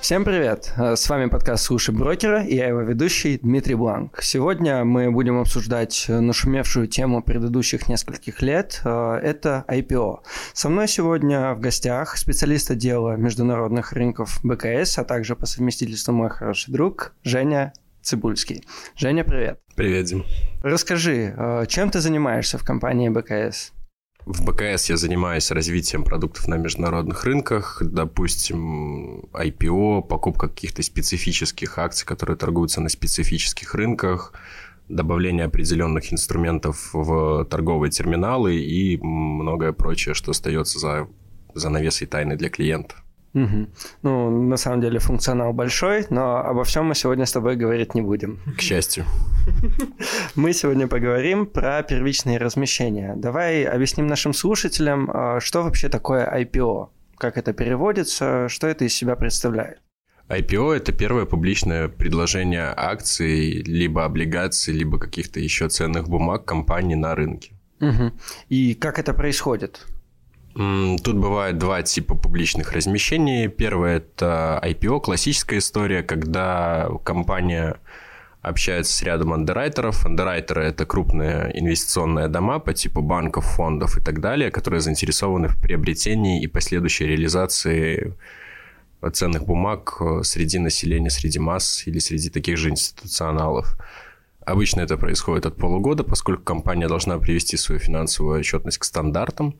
Всем привет! С вами подкаст «Слушай брокера» и я его ведущий Дмитрий Бланк. Сегодня мы будем обсуждать нашумевшую тему предыдущих нескольких лет. Это IPO. Со мной сегодня в гостях специалист отдела международных рынков БКС, а также по совместительству мой хороший друг Женя Цибульский. Женя, привет! Привет, Дим. Расскажи, чем ты занимаешься в компании БКС? В БКС я занимаюсь развитием продуктов на международных рынках, допустим, IPO, покупка каких-то специфических акций, которые торгуются на специфических рынках, добавление определенных инструментов в торговые терминалы и многое прочее, что остается за занавесой тайны для клиента. Угу. Ну, на самом деле функционал большой, но обо всем мы сегодня с тобой говорить не будем. К счастью. Мы сегодня поговорим про первичные размещения. Давай объясним нашим слушателям, что вообще такое IPO, как это переводится, что это из себя представляет. IPO – это первое публичное предложение акций, либо облигаций, либо каких-то еще ценных бумаг компании на рынке. Угу. И как это происходит? Тут бывает два типа публичных размещений. Первое – это IPO, классическая история, когда компания общается с рядом андеррайтеров. Андеррайтеры – это крупные инвестиционные дома по типу банков, фондов и так далее, которые заинтересованы в приобретении и последующей реализации ценных бумаг среди населения, среди масс или среди таких же институционалов. Обычно это происходит от полугода, поскольку компания должна привести свою финансовую отчетность к стандартам.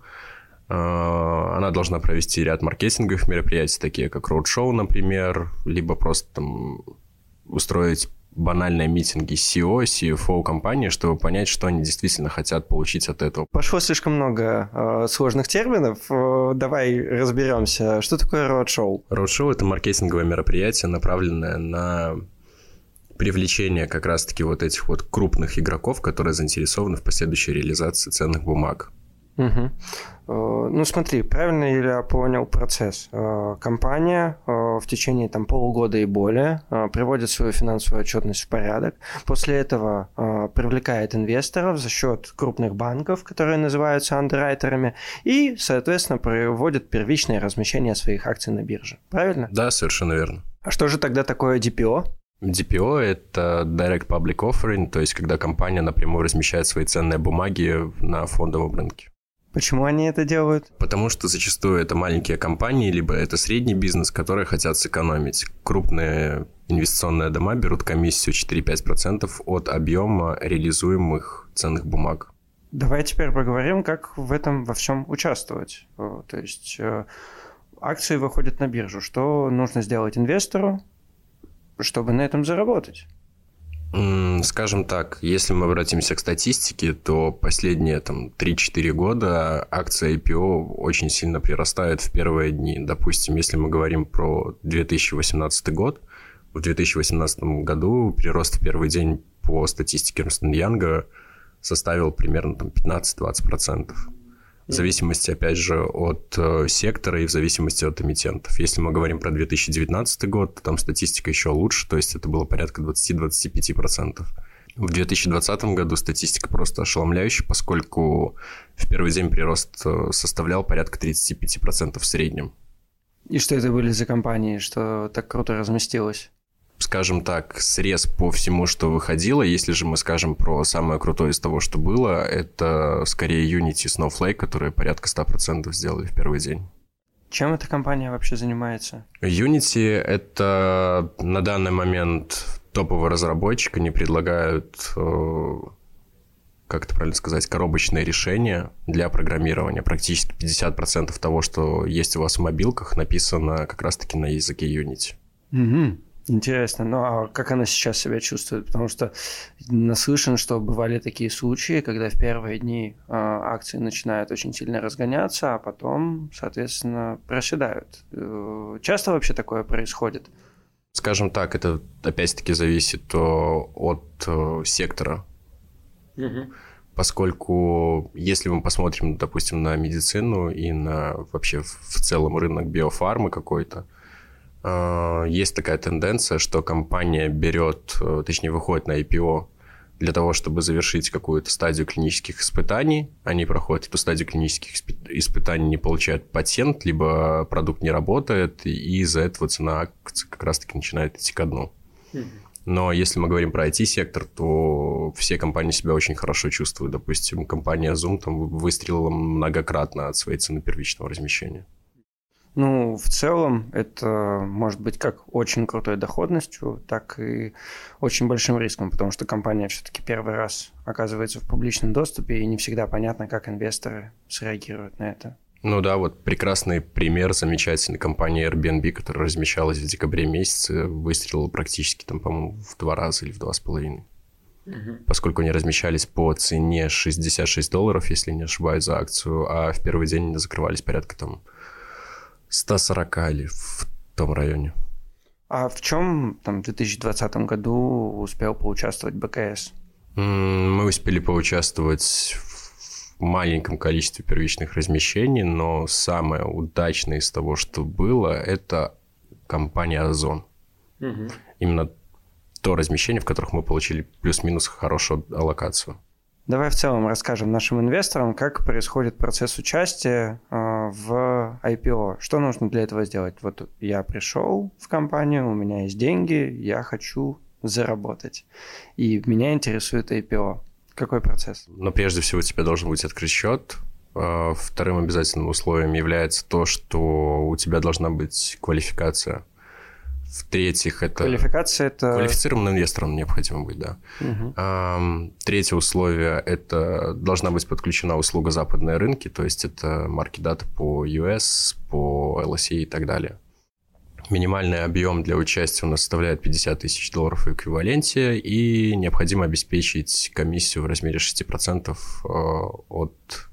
Она должна провести ряд маркетинговых мероприятий, такие как роуд-шоу, например, либо просто там устроить банальные митинги CEO, CFO компании, чтобы понять, что они действительно хотят получить от этого. Пошло слишком много сложных терминов. Давай разберемся. Что такое роуд-шоу? Роуд-шоу – это маркетинговое мероприятие, направленное на привлечение как раз-таки вот этих вот крупных игроков, которые заинтересованы в последующей реализации ценных бумаг. Угу. Ну смотри, правильно ли я понял процесс? Компания в течение полугода и более приводит свою финансовую отчетность в порядок. После этого привлекает инвесторов за счет крупных банков, которые называются андеррайтерами, и, соответственно, проводит первичное размещение своих акций на бирже. Правильно? Да, совершенно верно. А что же тогда такое DPO? DPO – это Direct Public Offering, то есть когда компания напрямую размещает свои ценные бумаги на фондовом рынке. Почему они это делают? Потому что зачастую это маленькие компании, либо это средний бизнес, которые хотят сэкономить. Крупные инвестиционные дома берут комиссию 4-5% от объема реализуемых ценных бумаг. Давай теперь поговорим, как в этом во всем участвовать. То есть акции выходят на биржу. Что нужно сделать инвестору, чтобы на этом заработать? Скажем так, если мы обратимся к статистике, то последние 3-4 года акции IPO очень сильно прирастают в первые дни. Допустим, если мы говорим про 2018 год, в 2018 году прирост в первый день по статистике Эрнст энд Янга составил примерно 15-20%. В зависимости, опять же, от сектора и в зависимости от эмитентов. Если мы говорим про 2019 год, то там статистика еще лучше, то есть это было порядка 20-25%. В 2020 году статистика просто ошеломляющая, поскольку в первый день прирост составлял порядка 35% в среднем. И что это были за компании, что так круто разместилось? Скажем так, срез по всему, что выходило. Если же мы скажем про самое крутое из того, что было, это скорее Unity и Snowflake, которые порядка 100% сделали в первый день. Чем эта компания вообще занимается? Unity – это на данный момент топовый разработчик. Они предлагают, как это правильно сказать, коробочные решения для программирования. Практически 50% того, что есть у вас в мобилках, написано как раз-таки на языке Unity. Угу. Интересно. Ну, а как она сейчас себя чувствует? Потому что наслышан, что бывали такие случаи, когда в первые дни акции начинают очень сильно разгоняться, а потом, соответственно, проседают. Часто вообще такое происходит? Скажем так, это опять-таки зависит от сектора. Угу. Поскольку если мы посмотрим, допустим, на медицину и на вообще в целом рынок биофармы какой-то, есть такая тенденция, что компания берет, точнее, выходит на IPO Для того, чтобы завершить какую-то стадию клинических испытаний, они проходят эту стадию клинических испытаний, не получают патент, либо продукт не работает, и из-за этого цена акций как раз-таки начинает идти ко дну. Но если мы говорим про IT-сектор, то все компании себя очень хорошо чувствуют. Допустим, компания Zoom там выстрелила многократно от своей цены первичного размещения. Ну, в целом, это может быть как очень крутой доходностью, так и очень большим риском, потому что компания все-таки первый раз оказывается в публичном доступе, и не всегда понятно, как инвесторы среагируют на это. Ну да, вот прекрасный пример замечательной компании Airbnb, которая размещалась в декабре месяце, выстрелила практически, там, по-моему, в 2 раза или в 2,5. Поскольку они размещались по цене $66, если не ошибаюсь, за акцию, а в первый день они закрывались порядка там 140 или в том районе. А в чем там в 2020 году успел поучаствовать БКС? Мы успели поучаствовать в маленьком количестве первичных размещений, но самое удачное из того, что было, это компания Озон. Именно то размещение, в которых мы получили плюс-минус хорошую аллокацию. Давай в целом расскажем нашим инвесторам, как происходит процесс участия в IPO. Что нужно для этого сделать? Вот я пришел в компанию, у меня есть деньги, я хочу заработать. И меня интересует IPO. Какой процесс? Но прежде всего у тебя должен быть открыт счет. Вторым обязательным условием является то, что у тебя должна быть квалификация. В-третьих, это... Квалификация – это... Квалифицированным инвестором необходимо быть, да. Третье условие – это должна быть подключена услуга западные рынки, то есть это маркет-дата по US, по LSE и так далее. Минимальный объем для участия у нас составляет $50 тысяч в эквиваленте, и необходимо обеспечить комиссию в размере 6% от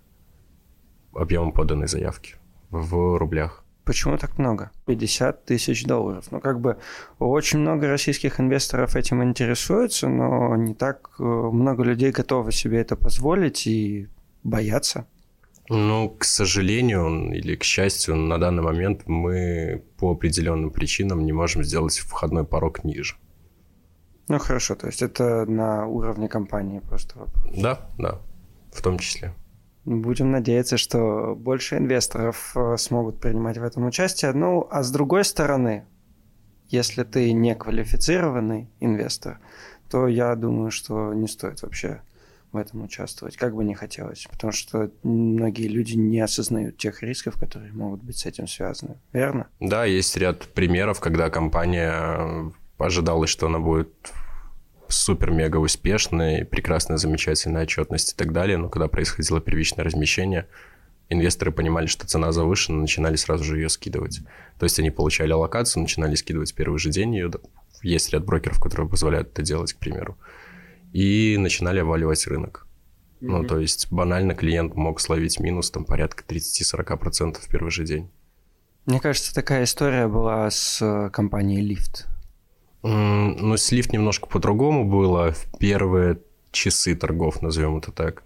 объема поданной заявки в рублях. Почему так много? $50 тысяч. Ну, как бы очень много российских инвесторов этим интересуются, но не так много людей готовы себе это позволить и боятся. Ну, к сожалению или к счастью, на данный момент мы по определенным причинам не можем сделать входной порог ниже. Ну, хорошо, то есть это на уровне компании просто вопрос. Да, в том числе. Будем надеяться, что больше инвесторов смогут принимать в этом участие. Ну, а с другой стороны, если ты не квалифицированный инвестор, то я думаю, что не стоит вообще в этом участвовать, как бы ни хотелось, потому что многие люди не осознают тех рисков, которые могут быть с этим связаны. Верно? Да, есть ряд примеров, когда компания ожидалась, что она будет супер-мега успешной, прекрасная, замечательная отчетность и так далее, но когда происходило первичное размещение, инвесторы понимали, что цена завышена, начинали сразу же ее скидывать. То есть они получали аллокацию, начинали скидывать в первый же день ее. Есть ряд брокеров, которые позволяют это делать, к примеру. И начинали обваливать рынок. Ну, то есть банально клиент мог словить минус там порядка 30-40% в первый же день. Мне кажется, такая история была с компанией Lyft. Ну, с Lyft немножко по-другому было. В первые часы торгов, назовем это так,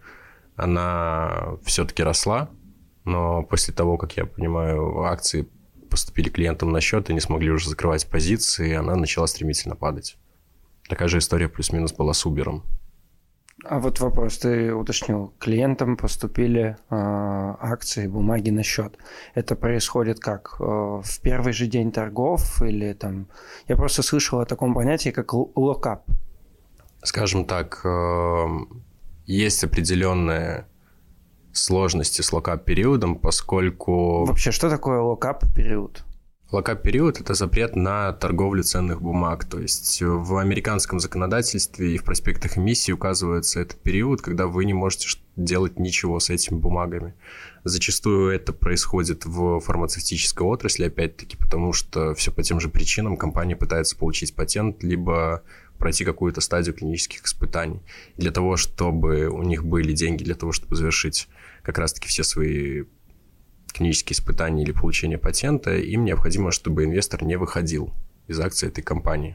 она все-таки росла. Но после того, как я понимаю, акции поступили клиентам на счет и не смогли уже закрывать позиции, она начала стремительно падать. Такая же история плюс-минус была с Uber. А вот вопрос, ты уточнил, клиентам поступили акции, бумаги на счет. Это происходит как? В первый же день торгов или там... Я просто слышал о таком понятии, как локап. Скажем так, есть определенные сложности с локап-периодом, поскольку... Вообще, что такое локап-период? Локап-период – это запрет на торговлю ценных бумаг. То есть в американском законодательстве и в проспектах эмиссии указывается этот период, когда вы не можете делать ничего с этими бумагами. Зачастую это происходит в фармацевтической отрасли, опять-таки, потому что все по тем же причинам компания пытается получить патент, либо пройти какую-то стадию клинических испытаний. Для того, чтобы у них были деньги, для того, чтобы завершить как раз-таки все свои клинические испытания или получение патента, им необходимо, чтобы инвестор не выходил из акций этой компании.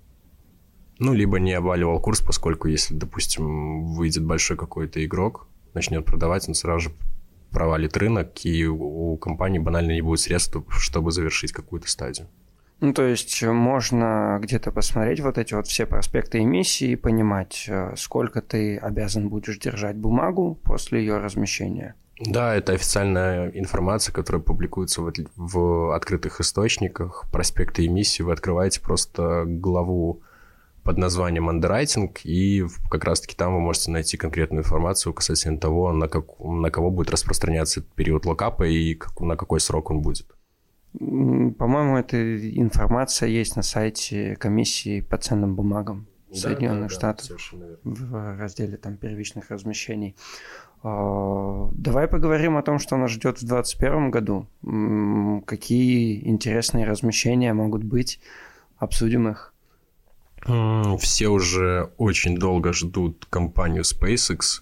Ну, либо не обваливал курс, поскольку если, допустим, выйдет большой какой-то игрок, начнет продавать, он сразу же провалит рынок, и у компании банально не будет средств, чтобы завершить какую-то стадию. Ну, то есть можно где-то посмотреть вот эти вот все проспекты эмиссии и понимать, сколько ты обязан будешь держать бумагу после ее размещения. Да, это официальная информация, которая публикуется в открытых источниках. Проспекты эмиссии вы открываете просто главу под названием «Андеррайтинг», и как раз-таки там вы можете найти конкретную информацию касательно того, на кого будет распространяться период локапа и на какой срок он будет. По-моему, эта информация есть на сайте комиссии по ценным бумагам Соединенных Штатов в разделе там первичных размещений. Давай поговорим о том, что нас ждет в 2021 году. Какие интересные размещения могут быть, обсудим их. Все уже очень долго ждут компанию SpaceX.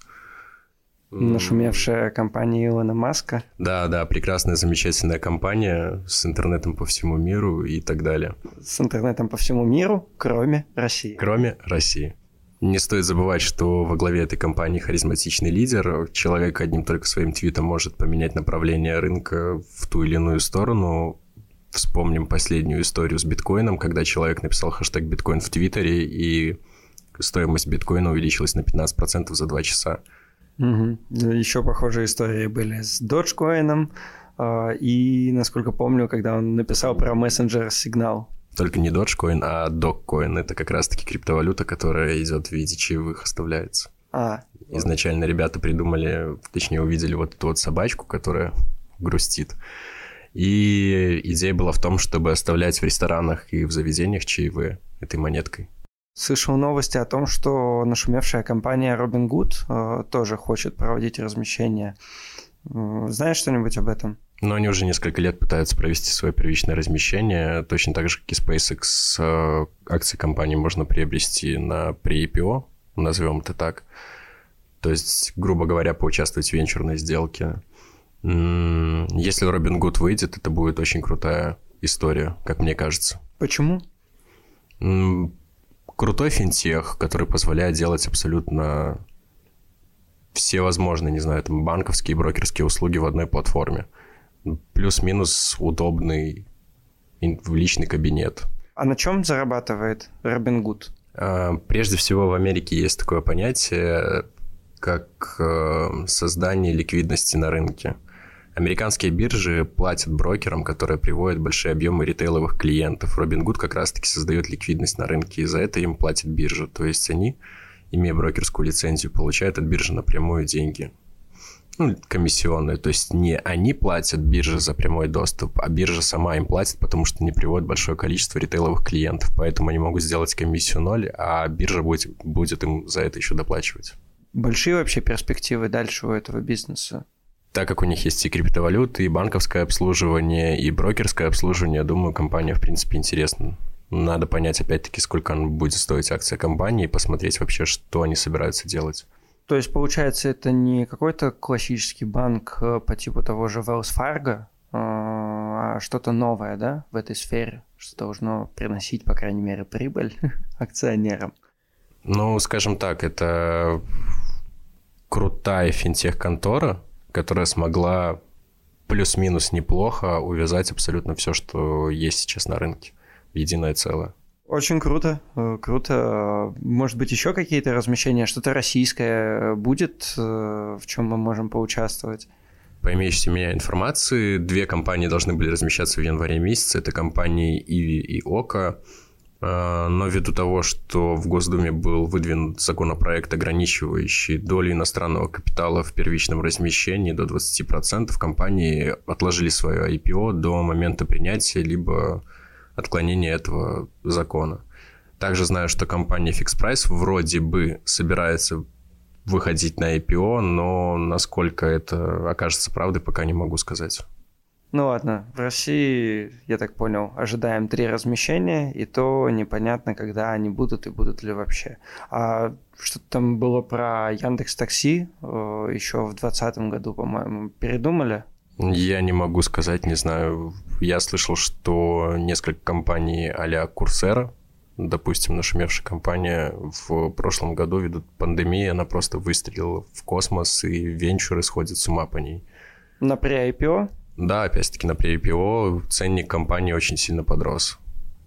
Нашумевшая компания Илона Маска. Да, прекрасная, замечательная компания с интернетом по всему миру и так далее. С интернетом по всему миру, кроме России. Кроме России. Не стоит забывать, что во главе этой компании харизматичный лидер. Человек одним только своим твитом может поменять направление рынка в ту или иную сторону. Вспомним последнюю историю с биткоином, когда человек написал хэштег биткоин в Твиттере, и стоимость биткоина увеличилась на 15% за 2 часа. Угу. Еще похожие истории были с Dogecoin, и, насколько помню, когда он написал про мессенджер Signal. Только не Dogecoin, а Dogcoin. Это как раз-таки криптовалюта, которая идет в виде чаевых, оставляется. Изначально ребята придумали, точнее увидели вот эту вот собачку, которая грустит. И идея была в том, чтобы оставлять в ресторанах и в заведениях чаевые этой монеткой. Слышал новости о том, что нашумевшая компания Robinhood тоже хочет проводить размещение. Знаешь что-нибудь об этом? Но они уже несколько лет пытаются провести свое первичное размещение. Точно так же, как и SpaceX, акции компании можно приобрести на pre-IPO, назовем это так. То есть, грубо говоря, поучаствовать в венчурной сделке. Если Robinhood выйдет, это будет очень крутая история, как мне кажется. Почему? Крутой финтех, который позволяет делать абсолютно все возможные, не знаю, там банковские и брокерские услуги в одной платформе. Плюс-минус удобный в личный кабинет. А на чем зарабатывает Robinhood? Прежде всего, в Америке есть такое понятие, как создание ликвидности на рынке. Американские биржи платят брокерам, которые приводят большие объемы ритейловых клиентов. Robinhood как раз-таки создает ликвидность на рынке, и за это им платит биржа. То есть они, имея брокерскую лицензию, получают от биржи напрямую деньги. Комиссионные. То есть не они платят бирже за прямой доступ, а биржа сама им платит, потому что они приводят большое количество ритейловых клиентов. Поэтому они могут сделать комиссию 0, а биржа будет им за это еще доплачивать. Большие вообще перспективы дальше у этого бизнеса? Так как у них есть и криптовалюты, и банковское обслуживание, и брокерское обслуживание, я думаю, компания, в принципе, интересна. Надо понять, опять-таки, сколько будет стоить акция компании, и посмотреть вообще, что они собираются делать. То есть, получается, это не какой-то классический банк по типу того же Wells Fargo, а что-то новое, да, в этой сфере, что должно приносить, по крайней мере, прибыль акционерам? Скажем так, это крутая финтех-контора, которая смогла плюс-минус неплохо увязать абсолютно все, что есть сейчас на рынке, в единое целое. Очень круто, круто. Может быть, еще какие-то размещения, что-то российское будет, в чем мы можем поучаствовать? По имеющейся у меня информации, 2 компании должны были размещаться в январе месяце. Это компании Иви и Ока. Но ввиду того, что в Госдуме был выдвинут законопроект, ограничивающий долю иностранного капитала в первичном размещении до 20%, компании отложили свое IPO до момента принятия либо отклонения этого закона. Также знаю, что компания FixPrice вроде бы собирается выходить на IPO, но насколько это окажется правдой, пока не могу сказать. Ну ладно, в России, я так понял, ожидаем 3 размещения, и то непонятно, когда они будут и будут ли вообще. А что-то там было про Яндекс.Такси еще в 2020 году, по-моему, передумали? Я не могу сказать, не знаю. Я слышал, что несколько компаний а-ля Курсера, допустим, нашумевшая компания, в прошлом году, ввиду пандемии, она просто выстрелила в космос, и венчуры сходят с ума по ней. На pre-IPO? Да, опять-таки на pre-IPO ценник компании очень сильно подрос.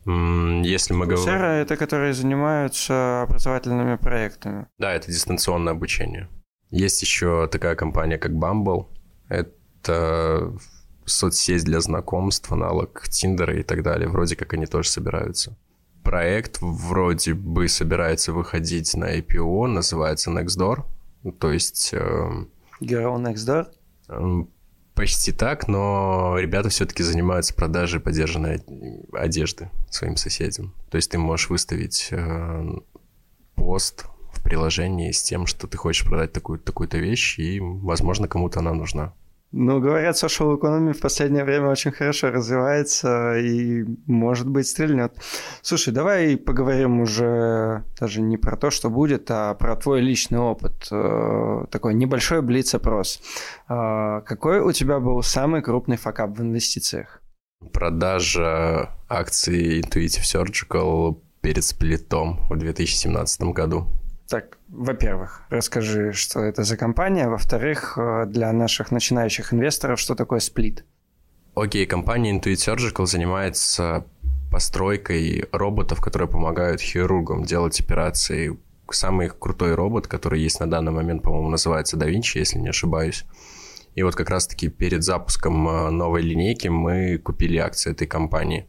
Если мы говорим... Курсера — это которые занимаются образовательными проектами. Да, это дистанционное обучение. Есть еще такая компания, как Bumble. Это соцсеть для знакомств, аналог Тиндера и так далее. Вроде как они тоже собираются. Проект вроде бы собирается выходить на IPO, называется Nextdoor. То есть... Girl Next Door? Почти так, но ребята все-таки занимаются продажей подержанной одежды своим соседям. То есть ты можешь выставить пост в приложении с тем, что ты хочешь продать такую-то вещь, и, возможно, кому-то она нужна. Ну, говорят, social economy в последнее время очень хорошо развивается и, может быть, стрельнет. Слушай, давай поговорим уже даже не про то, что будет, а про твой личный опыт. Такой небольшой блиц-опрос. Какой у тебя был самый крупный факап в инвестициях? Продажа акций Intuitive Surgical перед сплитом в 2017 году. Так, во-первых, расскажи, что это за компания. Во-вторых, для наших начинающих инвесторов, что такое сплит? Окей, компания Intuit Surgical занимается постройкой роботов, которые помогают хирургам делать операции. Самый крутой робот, который есть на данный момент, по-моему, называется Da Vinci, если не ошибаюсь. И вот как раз-таки перед запуском новой линейки мы купили акции этой компании.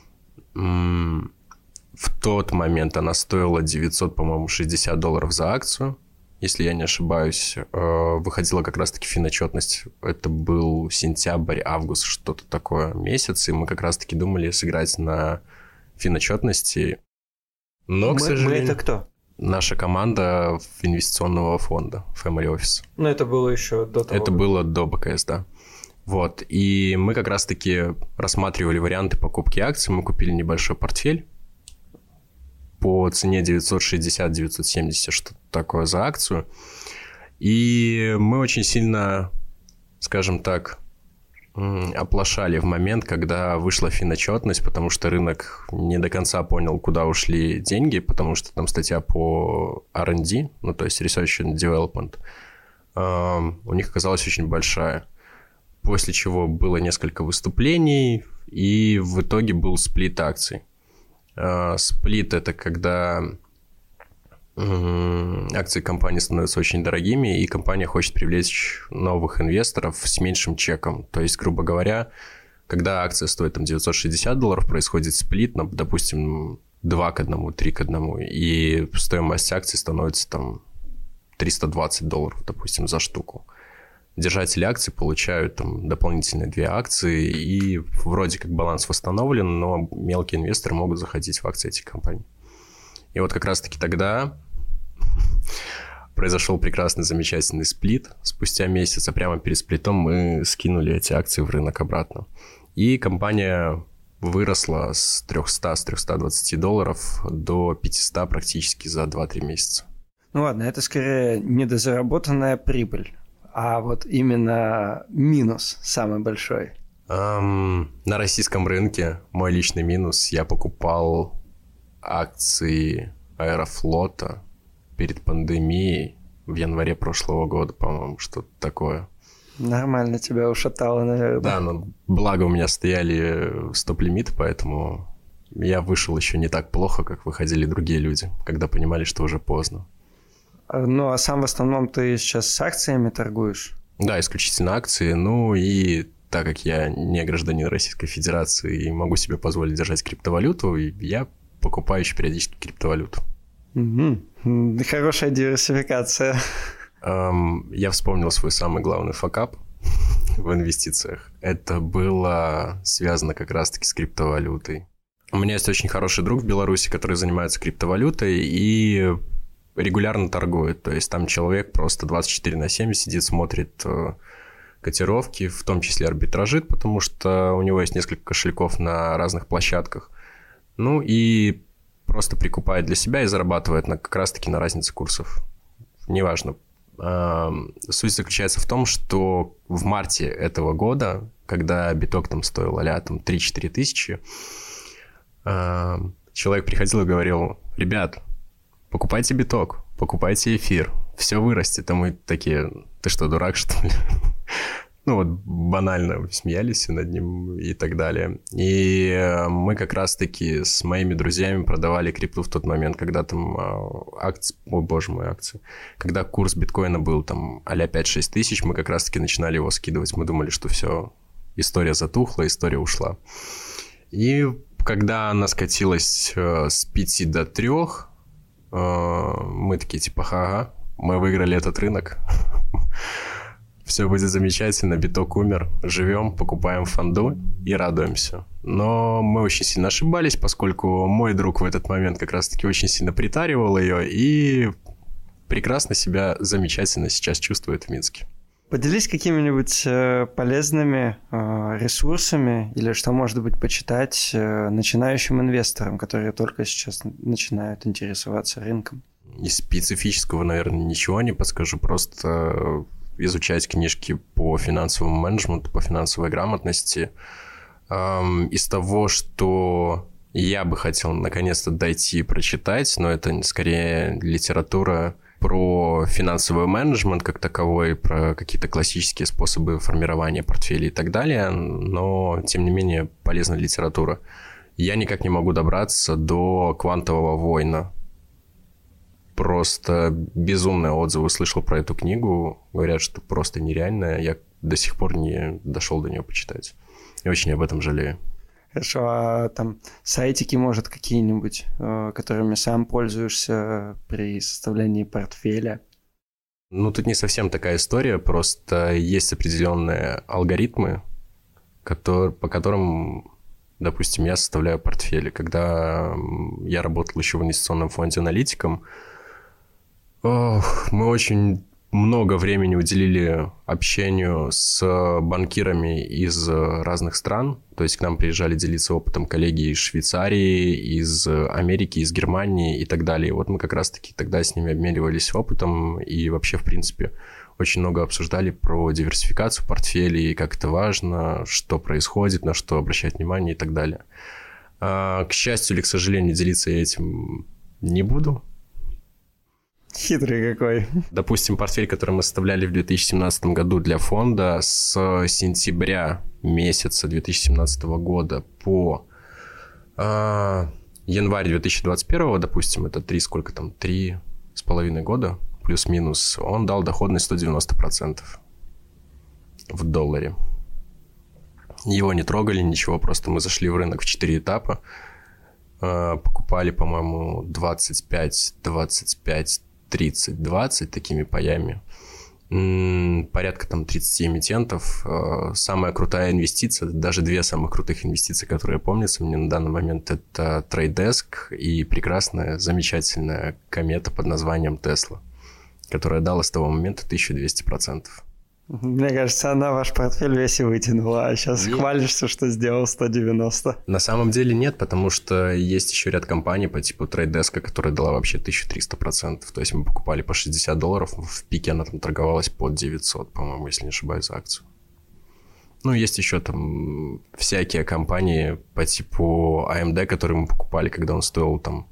В тот момент она стоила 900, по-моему, $60 за акцию, если я не ошибаюсь. Выходила как раз-таки финотчетность. Это был сентябрь, август, что-то такое месяц. И мы как раз-таки думали сыграть на финотчетности. Но, к сожалению... Мы это кто? Наша команда инвестиционного фонда Family Office. Ну, это было еще до того. Это было до БКС, да. Вот. И мы как раз-таки рассматривали варианты покупки акций. Мы купили небольшой портфель по цене 960-970, что-то такое за акцию. И мы очень сильно, скажем так, оплошали в момент, когда вышла финотчетность, потому что рынок не до конца понял, куда ушли деньги, потому что там статья по R&D, ну, то есть Research and Development, у них оказалась очень большая. После чего было несколько выступлений, и в итоге был сплит акций. Сплит – это когда акции компании становятся очень дорогими, и компания хочет привлечь новых инвесторов с меньшим чеком. То есть, грубо говоря, когда акция стоит там $960, происходит сплит, допустим, 2 к 1, 3 к 1, и стоимость акций становится там $320, допустим, за штуку. Держатели акций получают там дополнительные 2 акции, и вроде как баланс восстановлен, но мелкие инвесторы могут заходить в акции этих компаний. И вот как раз-таки тогда произошел прекрасный, замечательный сплит. Спустя месяц, а прямо перед сплитом мы скинули эти акции в рынок обратно. И компания выросла с $300-320 до $500 практически за 2-3 месяца. Ну ладно, это скорее недозаработанная прибыль. А вот именно минус самый большой. На российском рынке мой личный минус. Я покупал акции Аэрофлота перед пандемией в январе прошлого года, по-моему, что-то такое. Нормально тебя ушатало, наверное. Да, но благо у меня стояли стоп-лимиты, поэтому я вышел еще не так плохо, как выходили другие люди, когда понимали, что уже поздно. Ну, а сам в основном ты сейчас с акциями торгуешь? Да, исключительно акции. Ну и так как я не гражданин Российской Федерации и могу себе позволить держать криптовалюту, я покупаю еще периодически криптовалюту. Угу. Хорошая диверсификация. Я вспомнил свой самый главный факап в инвестициях. Это было связано как раз-таки с криптовалютой. У меня есть очень хороший друг в Беларуси, который занимается криптовалютой и регулярно торгует. То есть там человек просто 24/7 сидит, смотрит котировки, в том числе арбитражит, потому что у него есть несколько кошельков на разных площадках. Ну и просто прикупает для себя и зарабатывает как раз-таки на разнице курсов. Неважно. Суть заключается в том, что в марте этого года, когда биток там стоил а-ля 3-4 тысячи, человек приходил и говорил: ребят, покупайте биток, покупайте эфир, все вырастет. А мы такие: ты что, дурак, что ли? Ну вот банально смеялись над ним и так далее. И мы как раз-таки с моими друзьями продавали крипту в тот момент, когда там акции, когда курс биткоина был там а-ля 5-6 тысяч, мы как раз-таки начинали его скидывать. Мы думали, что все, история затухла, история ушла. И когда она скатилась с 5 до 3, мы такие типа, ага, мы выиграли этот рынок. Все будет замечательно, биток умер, живем, покупаем фонду и радуемся. Но мы очень сильно ошибались, поскольку мой друг в этот момент как раз-таки очень сильно притаривал ее и прекрасно себя замечательно сейчас чувствует в Минске. Поделись какими-нибудь полезными ресурсами или что может быть почитать начинающим инвесторам, которые только сейчас начинают интересоваться рынком. Из специфического, наверное, ничего не подскажу, просто изучать книжки по финансовому менеджменту, по финансовой грамотности. Из того, что я бы хотел наконец-то дойти и прочитать, но это скорее литература про финансовый менеджмент как таковой, про какие-то классические способы формирования портфелей и так далее, но, тем не менее, полезная литература. Я никак не могу добраться до «Квантового воина». Просто безумные отзывы слышал про эту книгу. Говорят, что просто нереальная. Я до сих пор не дошел до нее почитать. И очень об этом жалею. Хорошо, а там сайтики, может, какие-нибудь, которыми сам пользуешься при составлении портфеля? Ну, тут не совсем такая история. Просто есть определенные алгоритмы, по которым, допустим, я составляю портфели. Когда я работал еще в инвестиционном фонде аналитиком, мы очень много времени уделили общению с банкирами из разных стран. То есть к нам приезжали делиться опытом коллеги из Швейцарии, из Америки, из Германии и так далее. И вот мы как раз-таки тогда с ними обменивались опытом и вообще, в принципе, очень много обсуждали про диверсификацию портфелей, как это важно, что происходит, на что обращать внимание и так далее. К счастью или к сожалению, делиться я этим не буду. Хитрый какой. Допустим, портфель, который мы составляли в 2017 году для фонда, с сентября месяца 2017 года по январь 2021, допустим, это 3,5 года, плюс-минус, он дал доходность 190% в долларе. Его не трогали, ничего, просто мы зашли в рынок в 4 этапа, покупали, по-моему, 25, 30, 20 такими паями. Порядка там 30 эмитентов. Самая крутая инвестиция, даже 2 самых крутых инвестиции, которые помнятся мне на данный момент, это Trade Desk и прекрасная, замечательная комета под названием Tesla, которая дала с того момента 1200%. Мне кажется, она ваш портфель весь и вытянула, а сейчас хвалишься, что сделал 190. На самом деле нет, потому что есть еще ряд компаний по типу Trade Desk, которая дала вообще 1300%. То есть мы покупали по $60, в пике она там торговалась под 900, по-моему, если не ошибаюсь, за акцию. Ну, есть еще там всякие компании по типу AMD, которые мы покупали, когда он стоил там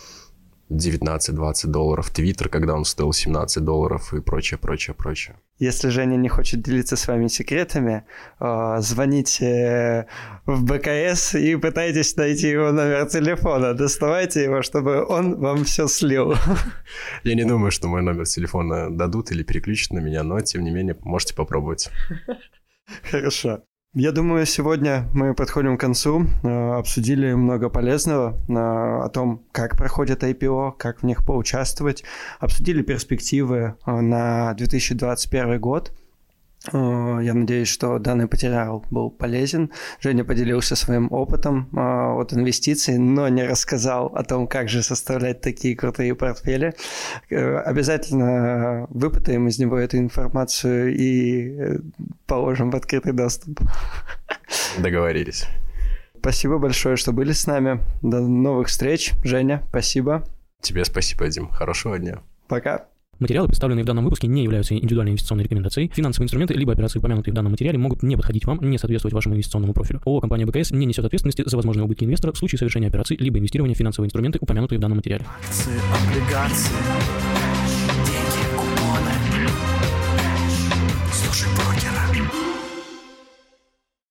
$19-20, Twitter, когда он стоил $17 и прочее. Если Женя не хочет делиться с вами секретами, звоните в БКС и пытайтесь найти его номер телефона. Доставайте его, чтобы он вам все слил. Я не думаю, что мой номер телефона дадут или переключат на меня, но, тем не менее, можете попробовать. Хорошо. Я думаю, сегодня мы подходим к концу, обсудили много полезного о том, как проходят IPO, как в них поучаствовать, обсудили перспективы на 2021 год. Я надеюсь, что данный материал был полезен. Женя поделился своим опытом от инвестиций, но не рассказал о том, как же составлять такие крутые портфели. Обязательно выпытаем из него эту информацию и положим в открытый доступ. Договорились. Спасибо большое, что были с нами. До новых встреч. Женя, спасибо. Тебе спасибо, Дим. Хорошего дня. Пока. Материалы, представленные в данном выпуске, не являются индивидуальной инвестиционной рекомендацией. Финансовые инструменты либо операции, упомянутые в данном материале, могут не подходить вам, не соответствовать вашему инвестиционному профилю. ООО «Компания БКС» не несет ответственности за возможные убытки инвестора в случае совершения операций либо инвестирования в финансовые инструменты, упомянутые в данном материале. Акции, облигации, деньги, купоны. Слушай,